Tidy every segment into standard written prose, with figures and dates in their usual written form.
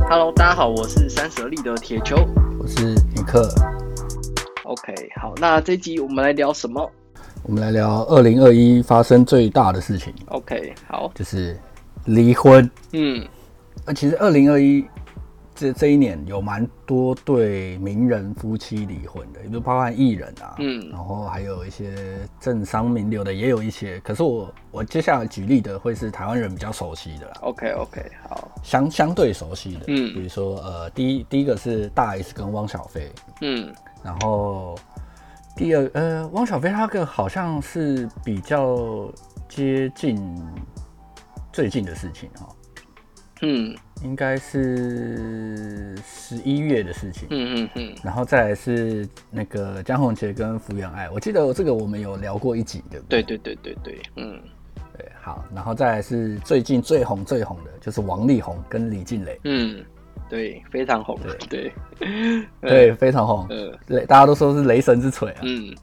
Hello，大家好，我是三十而立的铁球。 我是尼克。 OK， 好，那这一集我们来聊什么？ 我们来聊2021发生最大的事情。 OK， 好， 就是离婚。其实2021这一年有蛮多对名人夫妻离婚的，也就包含艺人啊，然后还有一些政商名流的也有一些。可是我接下来举例的会是台湾人比较熟悉的啦。 OK， 好， 相对熟悉的，比如说第一个是大 S 跟汪小菲，然后第二汪小菲他个好像是比较接近最近的事情哈。应该是11月的事情。然后再来是那个江宏杰跟福原爱，我记得这个我们有聊过一集，对不对？ 对。 对，好，然后再来是最近最红的，就是王力宏跟李静蕾。 对，非常红。 对，非常红。大家都说是雷神之锤啊。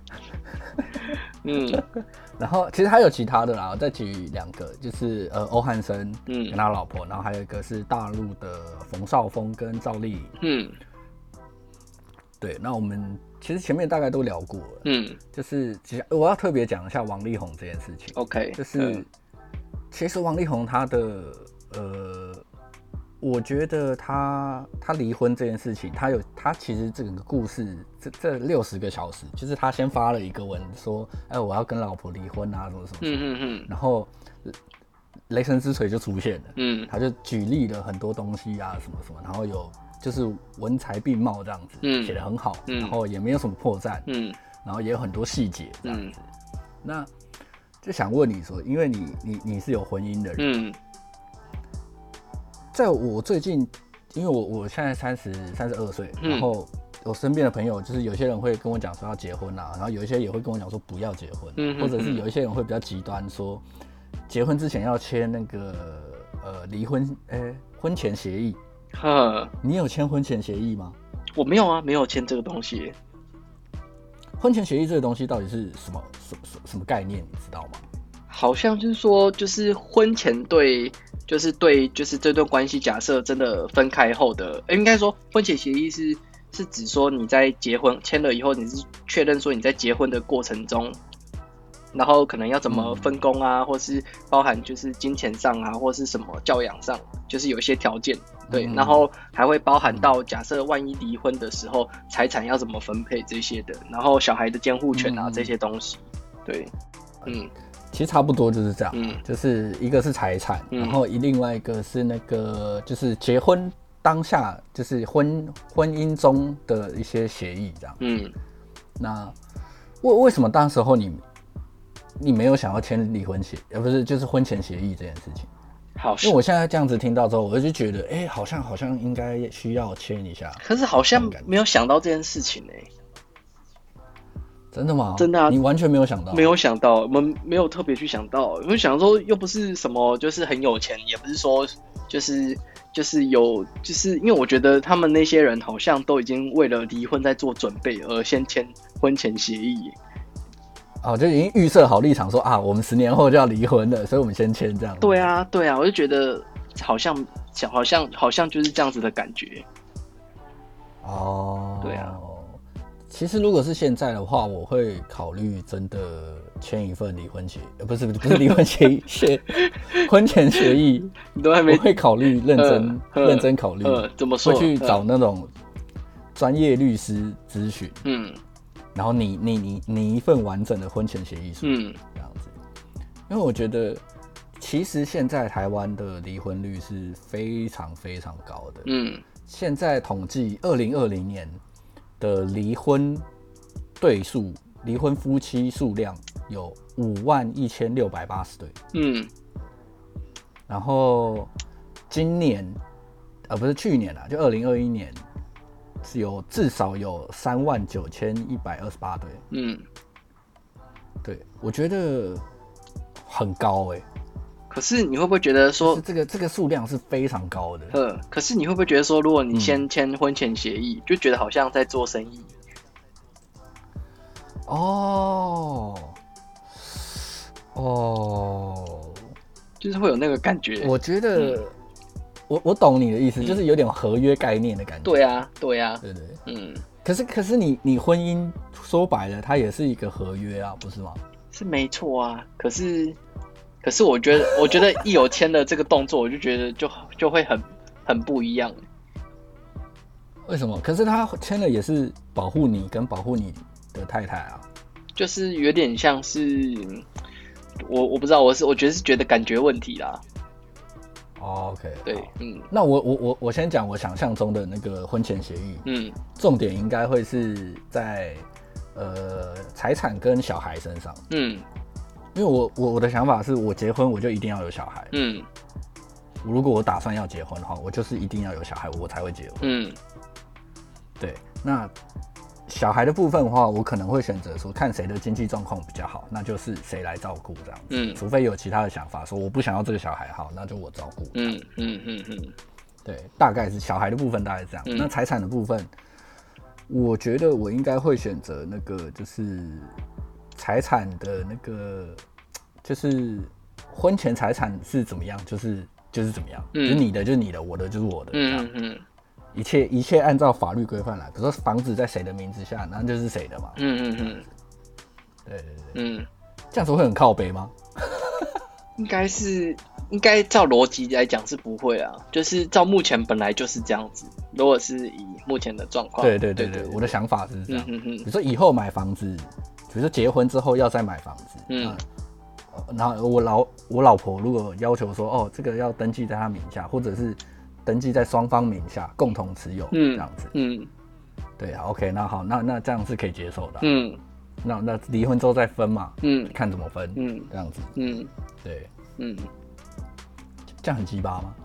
然后其实还有其他的啦，我再举两个，就是欧汉声跟他老婆，然后还有一个是大陆的冯绍峰跟赵丽颖。对，那我们其实前面大概都聊过了。就是其实我要特别讲一下王力宏这件事情。 OK， 就是其实王力宏他的我觉得他离婚这件事情，他其实整个故事这60个小时，就是他先发了一个文说，我要跟老婆离婚啊，什么什么，然后雷神之锤就出现了，他就举例了很多东西啊，什么什么，然后有就是文才并茂这样子，写得很好，然后也没有什么破绽，然后也有很多细节这样子，那就想问你说，因为你是有婚姻的人。在我最近，因为我现在32岁，然后我身边的朋友就是有些人会跟我讲说要结婚啊，然后有一些也会跟我讲说不要结婚，或者是有一些人会比较极端说结婚之前要签那个离婚婚前协议。你有签婚前协议吗？ 我没有啊，没有签这个东西。 婚前协议这个东西到底是什么概念？你知道吗？ 好像就是说，就是婚前就是这段关系，假设真的分开后的，应该说婚前协议是指说你在结婚签了以后，你是确认说你在结婚的过程中，然后可能要怎么分工啊，或是包含就是金钱上啊，或是什么教养上，就是有一些条件，对，然后还会包含到假设万一离婚的时候，财产要怎么分配这些的，然后小孩的监护权啊这些东西，对， 其实差不多就是这样，就是一个是财产，然后另外一个是那个就是结婚当下就是婚姻中的一些协议这样。那为什么当时候你没有想要签离婚协，不是就是婚前协议这件事情？因为我现在这样子听到之后，我就觉得，好像应该需要签一下。 可是好像没有想到这件事情真的吗？ 真的啊！ 你完全没有想到？ 没有想到，我们没有特别去想到，因为想说又不是什么，就是很有钱，也不是说就是有，就是因为我觉得他们那些人好像都已经为了离婚在做准备，而先签婚前协议。 就已经预设好立场说啊，我们10年后就要离婚了，所以我们先签这样。 对啊，我就觉得好像就是这样子的感觉。对啊。 其实如果是现在的话，我会考虑真的签一份离婚协议，不是离婚协议，婚前协议。 你都还没， 我会考虑认真考虑。 怎么说？ 会去找那种专业律师咨询。然后你一份完整的婚前协议书。这样子。因为我觉得，其实现在台湾的离婚率是非常非常高的。现在统计2020年的离婚对数，离婚夫妻数量有51680对。然后今年，不是去年啦，就2021年，至少有39128对。对，我觉得很高可是你会不会觉得说， 这个数量是非常高的？ 可是你会不会觉得说，如果你先签婚前协议，就觉得好像在做生意？ 哦， 就是会有那个感觉。 我觉得， 我懂你的意思，就是有点合约概念的感觉。 对啊，对啊， 对对，可是你婚姻说白了，它也是一个合约啊，不是吗？ 是没错啊，可是我觉得一有签了这个动作，我就觉得就会很不一样。 为什么？可是他签了也是保护你跟保护你的太太啊， 就是有点像是我不知道，我觉得感觉问题啦。 OK， 对， 那我先讲我想象中的那个婚前协议，重点应该会是在财产跟小孩身上，因为我的想法是我结婚我就一定要有小孩，如果我打算要结婚的话，我就是一定要有小孩我才会结婚，对，那小孩的部分的话，我可能会选择说看谁的经济状况比较好，那就是谁来照顾这样子。除非有其他的想法，说我不想要这个小孩，好，那就我照顾。对，大概是小孩的部分大概是这样。那财产的部分，我觉得我应该会选择那个就是财产的那个，就是婚前财产是怎么样，就是怎么样，就是你的就是你的，我的就是我的，这样。一切按照法律规范来，比如说房子在谁的名字下，那就是谁的嘛。对，这样子会很靠北吗？ 应该照逻辑来讲是不会啊，就是照目前本来就是这样子。如果是以目前的状况， 对，我的想法是这样。比如说以后买房子，比如说结婚之后要再买房子，然后我老婆如果要求说，哦，这个要登记在她名下，或者是登记在双方名下共同持有，这样子，对啊 ，OK， 那好，那这样是可以接受的，那离婚之后再分嘛，看怎么分，这样子，对，这样很鸡巴吗？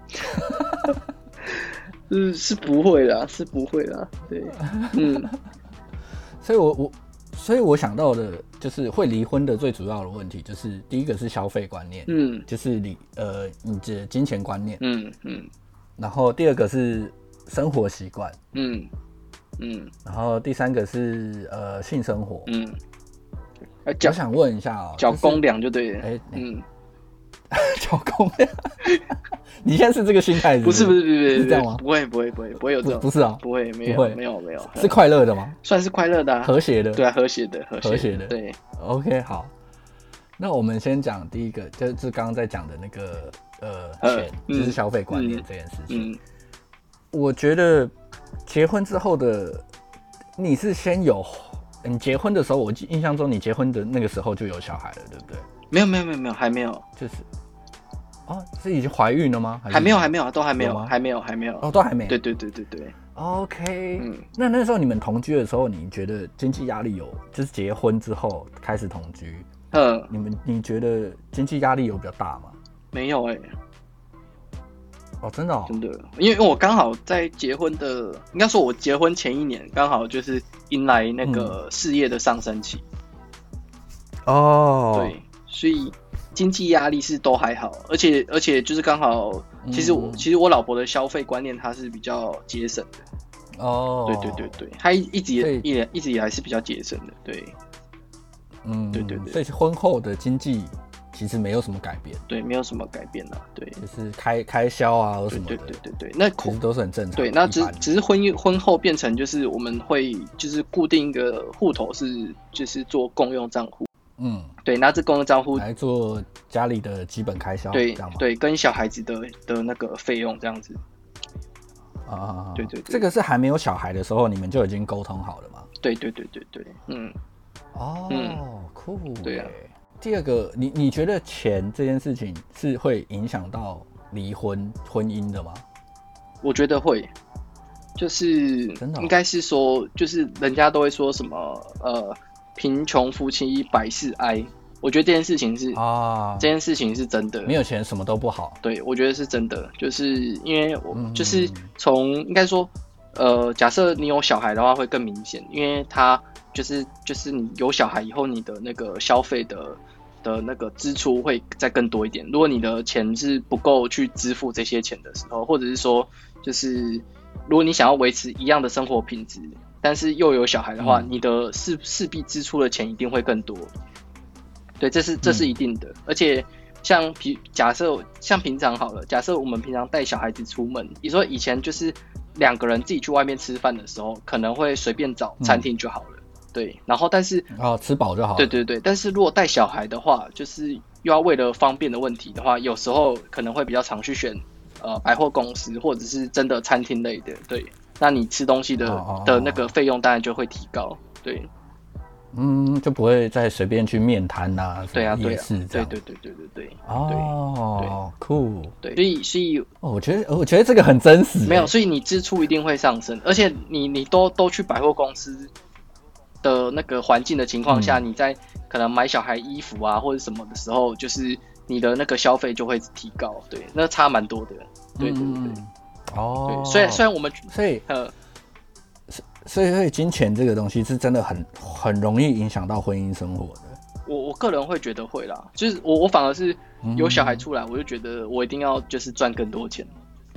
是不会啦，是不会啦，对， 所以我想到的就是会离婚的最主要的问题，就是第一个是消费观念，就是你的金钱观念，然后第二个是生活习惯，然后第三个是性生活，我想问一下缴公粮就对了， 缴公粮，你现在是这个心态不是是这样吗？ 不会有这种， 不是啊， 不会没有， 是快乐的吗？ 算是快乐的， 和谐的， 对啊，和谐的， 对 ，OK， 好，那我们先讲第一个，就是刚刚在讲的那个钱，就是消费观念这件事情。我觉得结婚之后的你是先有，你结婚的时候，我印象中你结婚的那个时候就有小孩了，对不对？ 没有，还没有， 就是是已经怀孕了吗？ 还没有，都还没有，还没有， 哦，都还没。 对。 OK，那时候你们同居的时候，你觉得经济压力有？就是结婚之后开始同居，你觉得经济压力有比较大吗？ 没有哦，真的哦， 真的，因为我刚好在结婚的，应该说我结婚前1年，刚好就是迎来那个事业的上升期。对，所以经济压力是都还好，而且就是刚好，其实我老婆的消费观念她是比较节省的。对，她一直以来是比较节省的，对。对， 所以婚后的经济其实没有什么改变， 对，没有什么改变啦，对， 就是开销啊或什么的， 对，那其实都是很正常。 对，那只是婚后变成就是我们会就是固定一个户头就是做共用账户，对，那这共用账户来做家里的基本开销， 对，跟小孩子的那个费用这样子。对， 这个是还没有小孩的时候你们就已经沟通好了吗？ 对， 酷， 对啊。 第二个，你觉得钱这件事情是会影响到离婚姻的吗？ 我觉得会，就是应该是说，就是人家都会说什么贫穷夫妻百事哀。我觉得这件事情是真的， 没有钱什么都不好。 对，我觉得是真的，就是因为我就是从应该说，假设你有小孩的话会更明显，因为他就是你有小孩以后，你的那个消费的那个支出会再更多一点。如果你的钱是不够去支付这些钱的时候，或者是说，就是如果你想要维持一样的生活品质，但是又有小孩的话，你的势必支出的钱一定会更多。对，这是一定的。而且假设像平常好了，假设我们平常带小孩子出门，你说以前就是2个人自己去外面吃饭的时候，可能会随便找餐厅就好了，对。然后但是吃饱就好了。 对对对，但是如果带小孩的话，就是又要为了方便的问题的话，有时候可能会比较常去选百货公司或者是真的餐厅类的，对。那你吃东西的那个费用当然就会提高，对。 就不会再随便去面摊啊， 对啊， 夜市这样。 对。 哦，酷。 对，所以我觉得这个很真实。 没有，所以你支出一定会上升，而且你都去百货公司的那个环境的情况下，你在可能买小孩衣服啊或者什么的时候，就是你的那个消费就会提高，对，那差蛮多的，对。 哦， 虽然我们所以金钱这个东西是真的很容易影响到婚姻生活的。 我个人会觉得会啦，就是我反而是有小孩出来，我就觉得我一定要就是赚更多钱。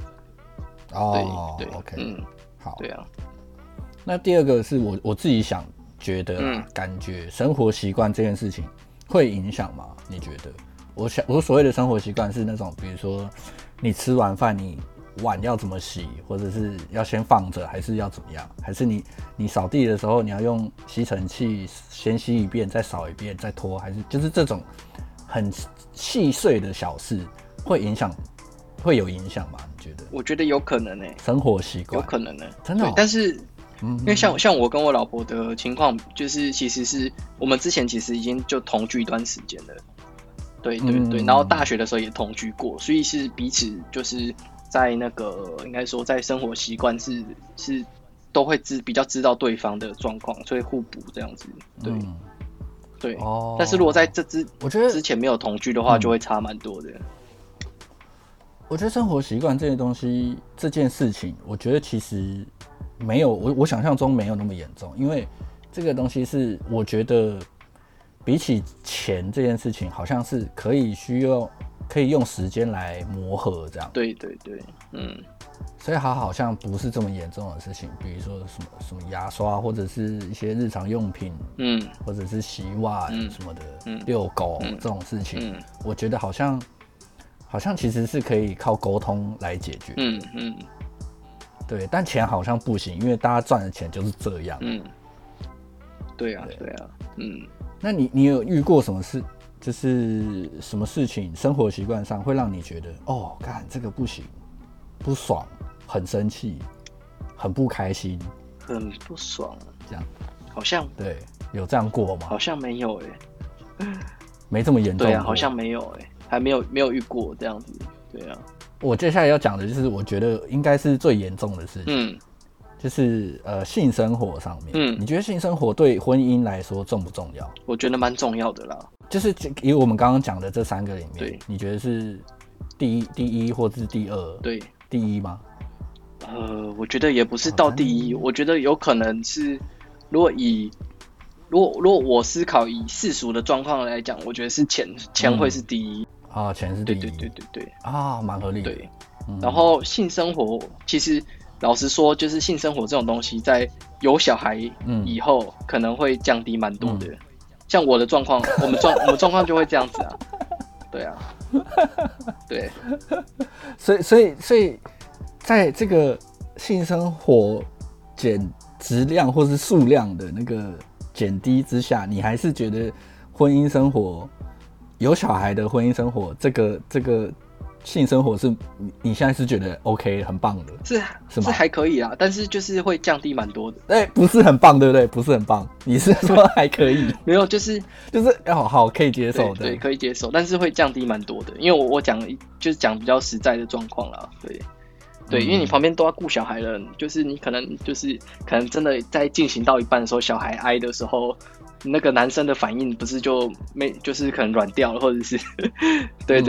对 ，OK，好， 对啊。 那第二个是我自己觉得感觉生活习惯这件事情会影响吗？你觉得？我所谓的生活习惯是那种，比如说你吃完饭你碗要怎么洗，或者是要先放着，还是要怎么样？还是你扫地的时候你要用吸尘器先吸一遍，再扫一遍，再拖，还是就是这种很细碎的小事会有影响吗？你觉得？ 我觉得有可能生活习惯有可能真的。 但是因为像我跟我老婆的情况，就是其实是我们之前其实已经就同居一段时间了，对，然后大学的时候也同居过，所以是彼此就是在那个应该说在生活习惯是都会比较知道对方的状况，所以互补这样子，对。但是如果在我觉得之前没有同居的话，就会差蛮多的。 我觉得生活习惯这些东西，这件事情，我觉得其实没有我想象中没有那么严重，因为这个东西是我觉得比起钱这件事情，好像是可以用时间来磨合这样。 对， 所以它好像不是这么严重的事情，比如说什么牙刷或者是一些日常用品，或者是洗碗什么的，遛狗这种事情，我觉得好像其实是可以靠沟通来解决。对，但钱好像不行，因为大家赚的钱就是这样。 对啊。 那你有遇过什么事，就是什么事情，生活习惯上会让你觉得干这个不行，不爽，很生气，很不开心， 很不爽， 这样？ 好像对，有这样过吗？ 好像没有没这么严重。 对啊，好像没有还没有遇过这样子。对啊。 我接下来要讲的就是我觉得应该是最严重的事情，就是性生活上面。你觉得性生活对婚姻来说重不重要？ 我觉得蛮重要的啦。 就是以我们刚刚讲的这3个里面，你觉得是第一或是第二？ 对， 第一吗？ 我觉得也不是到第一，我觉得有可能是，如果我思考以世俗的状况来讲，我觉得是钱会是第一。 钱是第一。 对蛮合理的。 对，然后性生活其实老实说，就是性生活这种东西，在有小孩以后可能会降低蛮多的。像我的状况，我们状况就会这样子啊。对啊，对。 所以在这个性生活质量或是数量的那个减低之下，你还是觉得婚姻生活有小孩的婚姻生活，这个性生活是你现在是觉得 OK 很棒的，是吗？ 还可以啊，但是就是会降低蛮多的。 不是很棒，对不对？不是很棒，你是说还可以？ 没有，就是好可以接受的， 对，可以接受，但是会降低蛮多的，因为我讲就是讲比较实在的状况啦，对，因为你旁边都要顾小孩了，就是你可能真的在进行到一半的时候，小孩挨的时候。那个男生的反应不是就是可能软掉了，或者是对，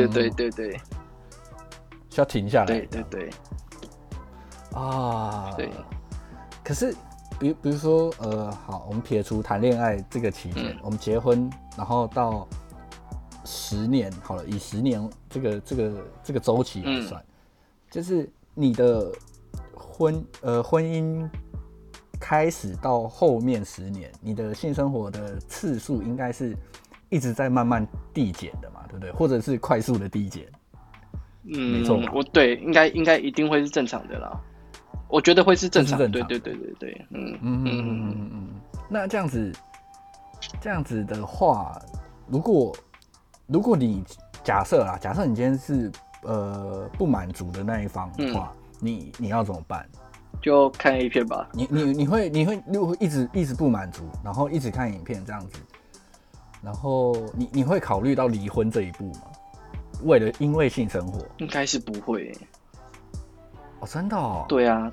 需要停下来。 对， 对。可是比如说好，我们撇除谈恋爱这个期间，我们结婚，然后到10年好了，以10年这个周期来算，就是你的婚姻。开始到后面10年，你的性生活的次数应该是一直在慢慢递减的嘛，对不对？或者是快速的递减。没错吧？ 对，应该一定会是正常的啦。我觉得会是正常的。对。 那这样子的话，如果你假设你今天是不满足的那一方的话，你要怎么办？ 就看 A 片吧。 你会如果一直不满足，然后一直看影片这样子，然后你会考虑到离婚这一步吗？因为性生活？ 应该是不会。 哦，真的哦。 对啊。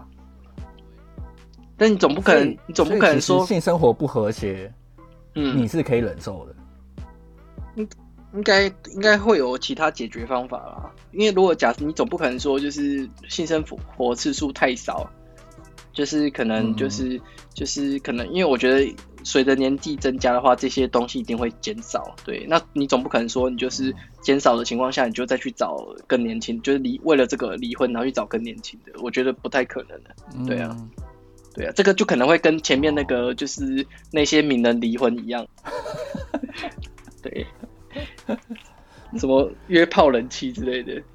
但你总不可能说性生活不和谐，你是可以忍受的。 应该会有其他解决方法啦。因为如果假设你总不可能说就是性生活次数太少，就是可能就是可能，因为我觉得随着年纪增加的话，这些东西一定会减少。对，那你总不可能说你就是减少的情况下，你就再去找更年轻，就是为了这个离婚然后去找更年轻的，我觉得不太可能的。对啊，这个就可能会跟前面那个就是那些名人离婚一样。对。什么约炮人妻之类的。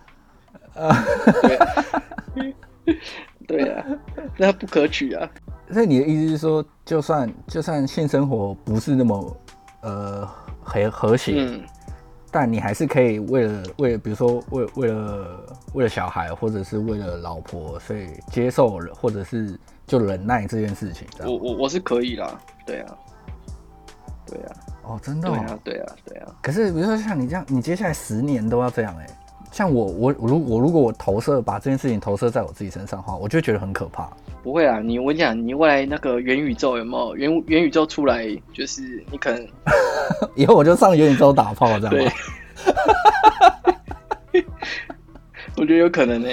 对啊，那不可取啊。 所以你的意思是说，就算性生活不是那么和谐，但你还是可以为了比如说为了小孩或者是为了老婆，所以接受或者是就忍耐这件事情。 我是可以啦。对啊。 哦，真的哦。 对啊。 可是比如说像你这样，你接下来10年都要这样像我如果我把这件事情投射在我自己身上的话，我就会觉得很可怕。 不会啊，我跟你讲，你未来那个元宇宙有没有元宇宙出来，就是你可能以后我就上元宇宙打炮这样。对。 我觉得有可能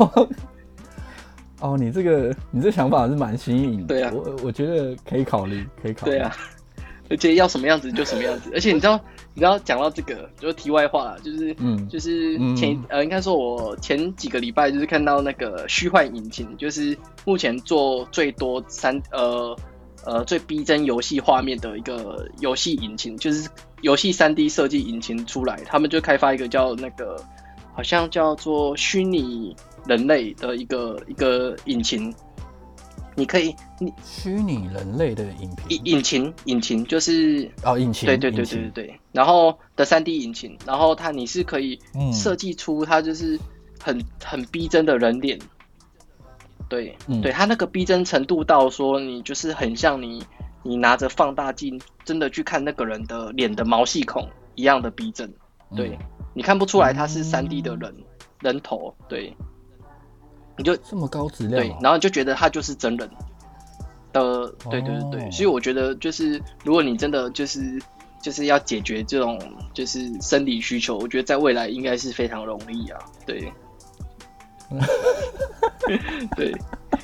哦，你这想法是蛮新颖的。 对啊， 我觉得可以考虑。 对啊。而且要什么样子就什么样子，而且你知道讲到这个，就是题外话啦，就是应该说我前几个礼拜就是看到那个虚幻引擎，就是目前做最多最逼真游戏画面的一个游戏引擎，就是游戏3D 设计引擎出来，他们就开发一个叫那个好像叫做虚拟人类的一个引擎。你可以虚拟人类的引擎就是引擎。 对。然后的3D 引擎，然后你是可以设计出它就是很逼真的人脸。对。它那个逼真程度到说你就是很像你拿着放大镜真的去看那个人的脸的毛细孔一样的逼真。对，你看不出来它是3D 的人头。对。你就这么高质量。 对，然后你就觉得他就是真人的。对。所以我觉得就是如果你真的就是要解决这种就是生理需求，我觉得在未来应该是非常容易啊。对。对。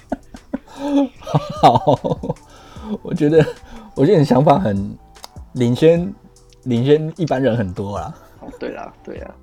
好，我觉得你想法很领先一般人很多啦。 对啦。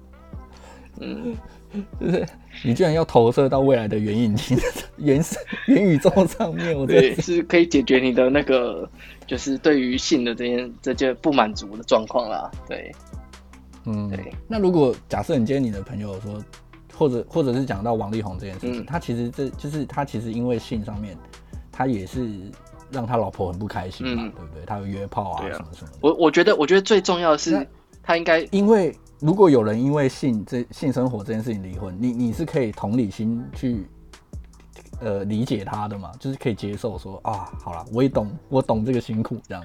就是你居然要投射到未来的元引擎、元宇宙上面，我对是可以解决你的那个就是对于性的这件不满足的状况啦。对。对。 那如果假设你今天你的朋友说，或者是讲到王力宏这件事情，他其实他其实因为性上面，他也是让他老婆很不开心嘛，对不对？他有约炮啊什么什么的。 我觉得最重要的是他应该因为。如果有人因为性生活这件事情离婚，你是可以同理心去理解他的嘛？就是可以接受说啊，好啦，我懂这个辛苦这样。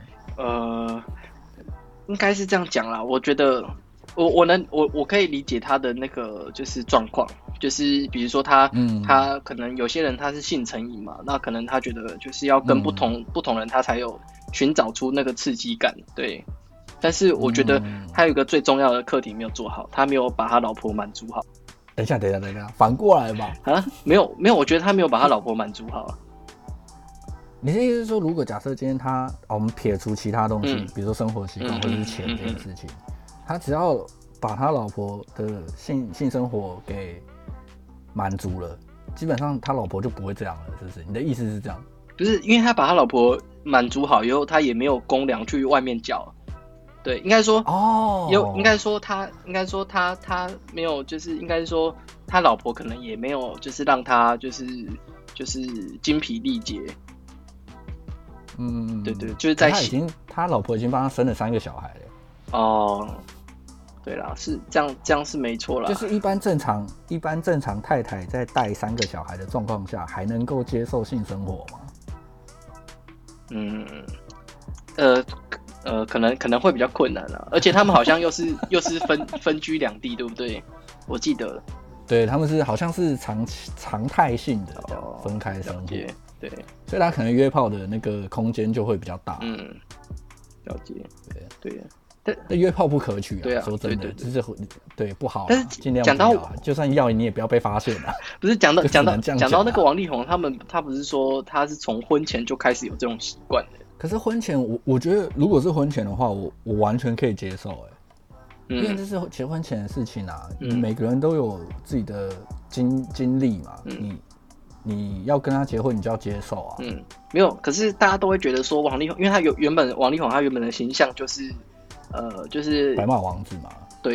应该是这样讲啦。我觉得我可以理解他的那个就是状况，就是比如说他可能有些人他是性成瘾嘛，那可能他觉得就是要跟不同人他才有寻找出那个刺激感。对。但是我觉得他有一个最重要的课题没有做好，他没有把他老婆满足好。 等一下，反过来吧。 没有，我觉得他没有把他老婆满足好。 你的意思是说，如果假设今天我们撇除其他东西，比如说生活习惯或者是钱这件事情，他只要把他老婆的性生活给满足了，基本上他老婆就不会这样了，是不是？你的意思是这样？ 不是，因为他把他老婆满足好以后，他也没有公粮去外面缴。 对，应该说应该说他没有，就是应该说他老婆可能也没有，就是让他就是精疲力竭。对，就是在他老婆已经帮他生了3个小孩了。 哦，对啦，是这样是没错啦。 就是一般正常太太在带3个小孩的状况下，还能够接受性生活吗？ 可能会比较困难啦，而且他们好像又是分居2地，对不对？我记得， 对，他们好像是常态性的分开生活， 对， 所以他可能约炮的那个空间就会比较大。 了解，对。 但约炮不可取啊！ 对啊， 说真的，就是对不好， 但是尽量不要啊，就算要你也不要被发现啊。 不是讲到那个王力宏，他不是说他是从婚前就开始有这种习惯的？ 可是婚前我觉得，如果是婚前的话，我完全可以接受因为这是结婚前的事情啊。每个人都有自己的经历嘛，你要跟他结婚，你就要接受啊。 没有，可是大家都会觉得说王力宏，因为他王力宏他原本的形象就是就是白马王子嘛。 对，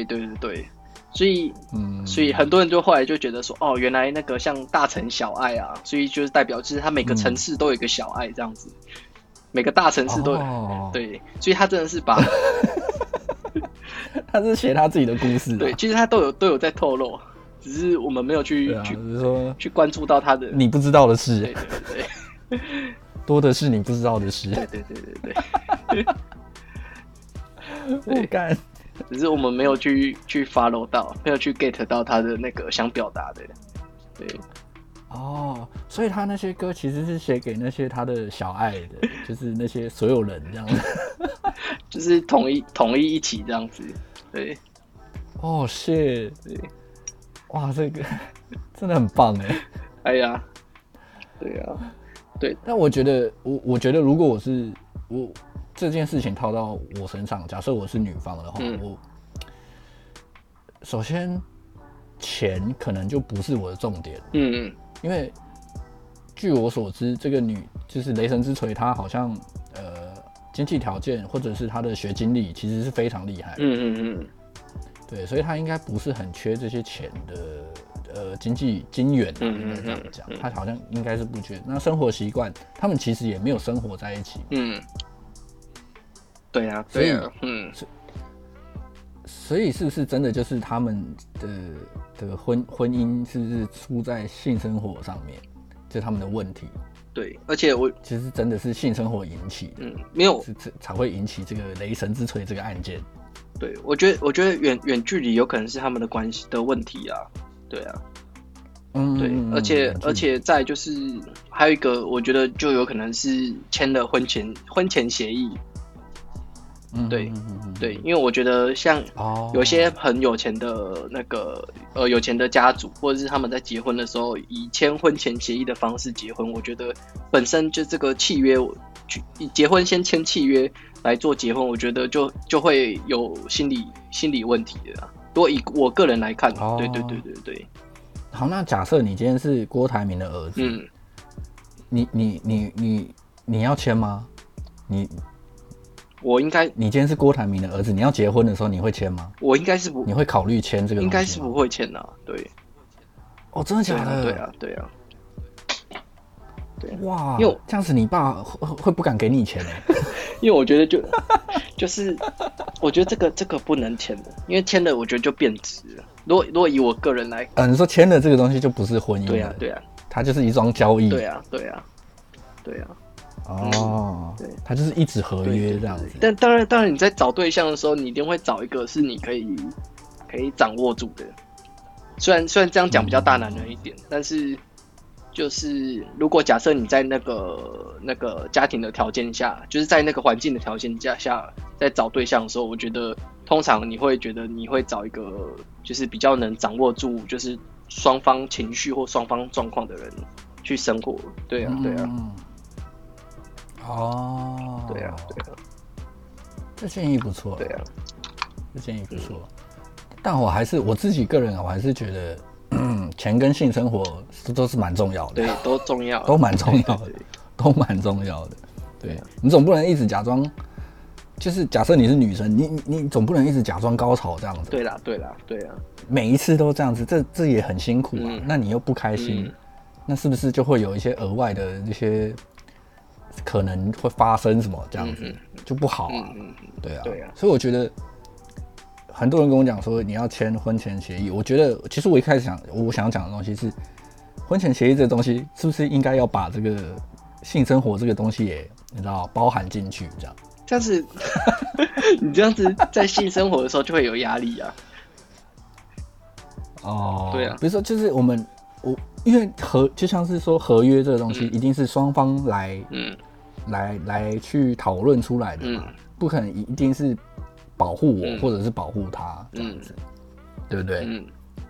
所以很多人就后来就觉得说，哦，原来那个像大城小爱啊，所以就是代表就是他每个城市都有一个小爱这样子。每个大城市都有，对，所以他真的是把， 他是写他自己的故事， 对，其实他都有在透露，只是我们没有去关注到他的你不知道的事， 对， 多的是你不知道的事， 对， 我干， 只是我们没有去 follow 到，没有去 get 到他的那个想表达的，对。 所以他那些歌其实是写给那些他的小爱的，就是那些所有人这样子， 就是统一一起这样子，对。 shit， 对，哇，这个真的很棒哎！ 哎呀，对啊，对。 但我觉得如果我这件事情套到我身上，假设我是女方的话，我首先钱可能就不是我的重点，因为据我所知，这个就是雷神之锤，他好像经济条件或者是他的学经历其实是非常厉害的，对，所以他应该不是很缺这些钱的经济金源，应该这样讲，他好像应该是不缺。那生活习惯，他们其实也没有生活在一起， 对啊， 所以是不是真的就是他们的婚姻是不是出在性生活上面，就是他们的问题？ 对，而且其实真的是性生活引起的， 没有才会引起这个雷神之锤这个案件。 对，我觉得远距离有可能是他们的关系的问题啊，对啊，对，而且再就是还有一个，我觉得就有可能是签了婚前协议。对，因为我觉得像有些很有钱的那个有钱的家族，或者是他们在结婚的时候以签婚前协议的方式结婚，我觉得本身就这个契约，以结婚先签契约来做结婚，我觉得就会有心理问题的啦。如果以我个人来看，对。 好，那假设你今天是郭台铭的儿子，你要签吗？你今天是郭台铭的儿子，你要结婚的时候，你会签吗？ 我应该是不， 你会考虑签这个东西吗？ 应该是不会签啊，对。 真的假的？ 对啊。 哇，因为这样子你爸会不敢给你钱因为我觉得就是我觉得这个不能签的，因为签了我觉得就变质了。如果以我个人来， 你说签了这个东西就不是婚姻了， 对啊， 它就是一桩交易， 对啊。 对，它就是一纸合约这样子。 但当然，你在找对象的时候，你一定会找一个是你可以掌握住的。虽然这样讲比较大男人一点，但是就是如果假设你在那个家庭的条件下，就是在那个环境的条件下，在找对象的时候，我觉得通常你会觉得你会找一个就是比较能掌握住就是双方情绪或双方状况的人去生活。对啊。对啊， 这建议不错。 对啊， 这建议不错。但我自己个人，我还是觉得，钱跟性生活都是蛮重要的。 对，都重要， 都蛮重要的，都蛮重要的。对，你总不能一直假装就是假设你是女生，你总不能一直假装高潮这样子。 对啦， 每一次都这样子，这也很辛苦啊。那你又不开心，那是不是就会有一些额外的这些可能会发生什么这样子，就不好啊？对啊。所以我觉得很多人跟我讲说你要签婚前协议，我觉得其实我一开始我想讲的东西是婚前协议这个东西是不是应该要把这个性生活这个东西也你知道包含进去这样。 这样子，你这样子在性生活的时候就会有压力啊。 哦， 对啊， 比如说就是因为就像是说合约这个东西，一定是双方来去讨论出来的嘛，不可能一定是保护我或者是保护他这样子，对不对？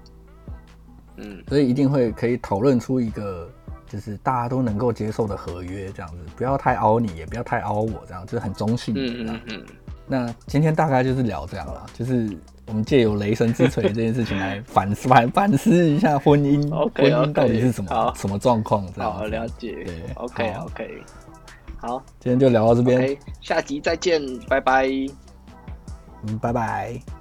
所以一定会可以讨论出一个。就是大家都能够接受的合约，这样子，不要太凹你，也不要太凹我，这样就是很中性的。那今天大概就是聊这样啦，就是我们借由雷神之锤这件事情来反思一下婚姻婚姻到底是什么状况，这样。 好，了解。对 ，OK， 好， 今天就聊到这边， 下集再见，拜拜。 拜拜。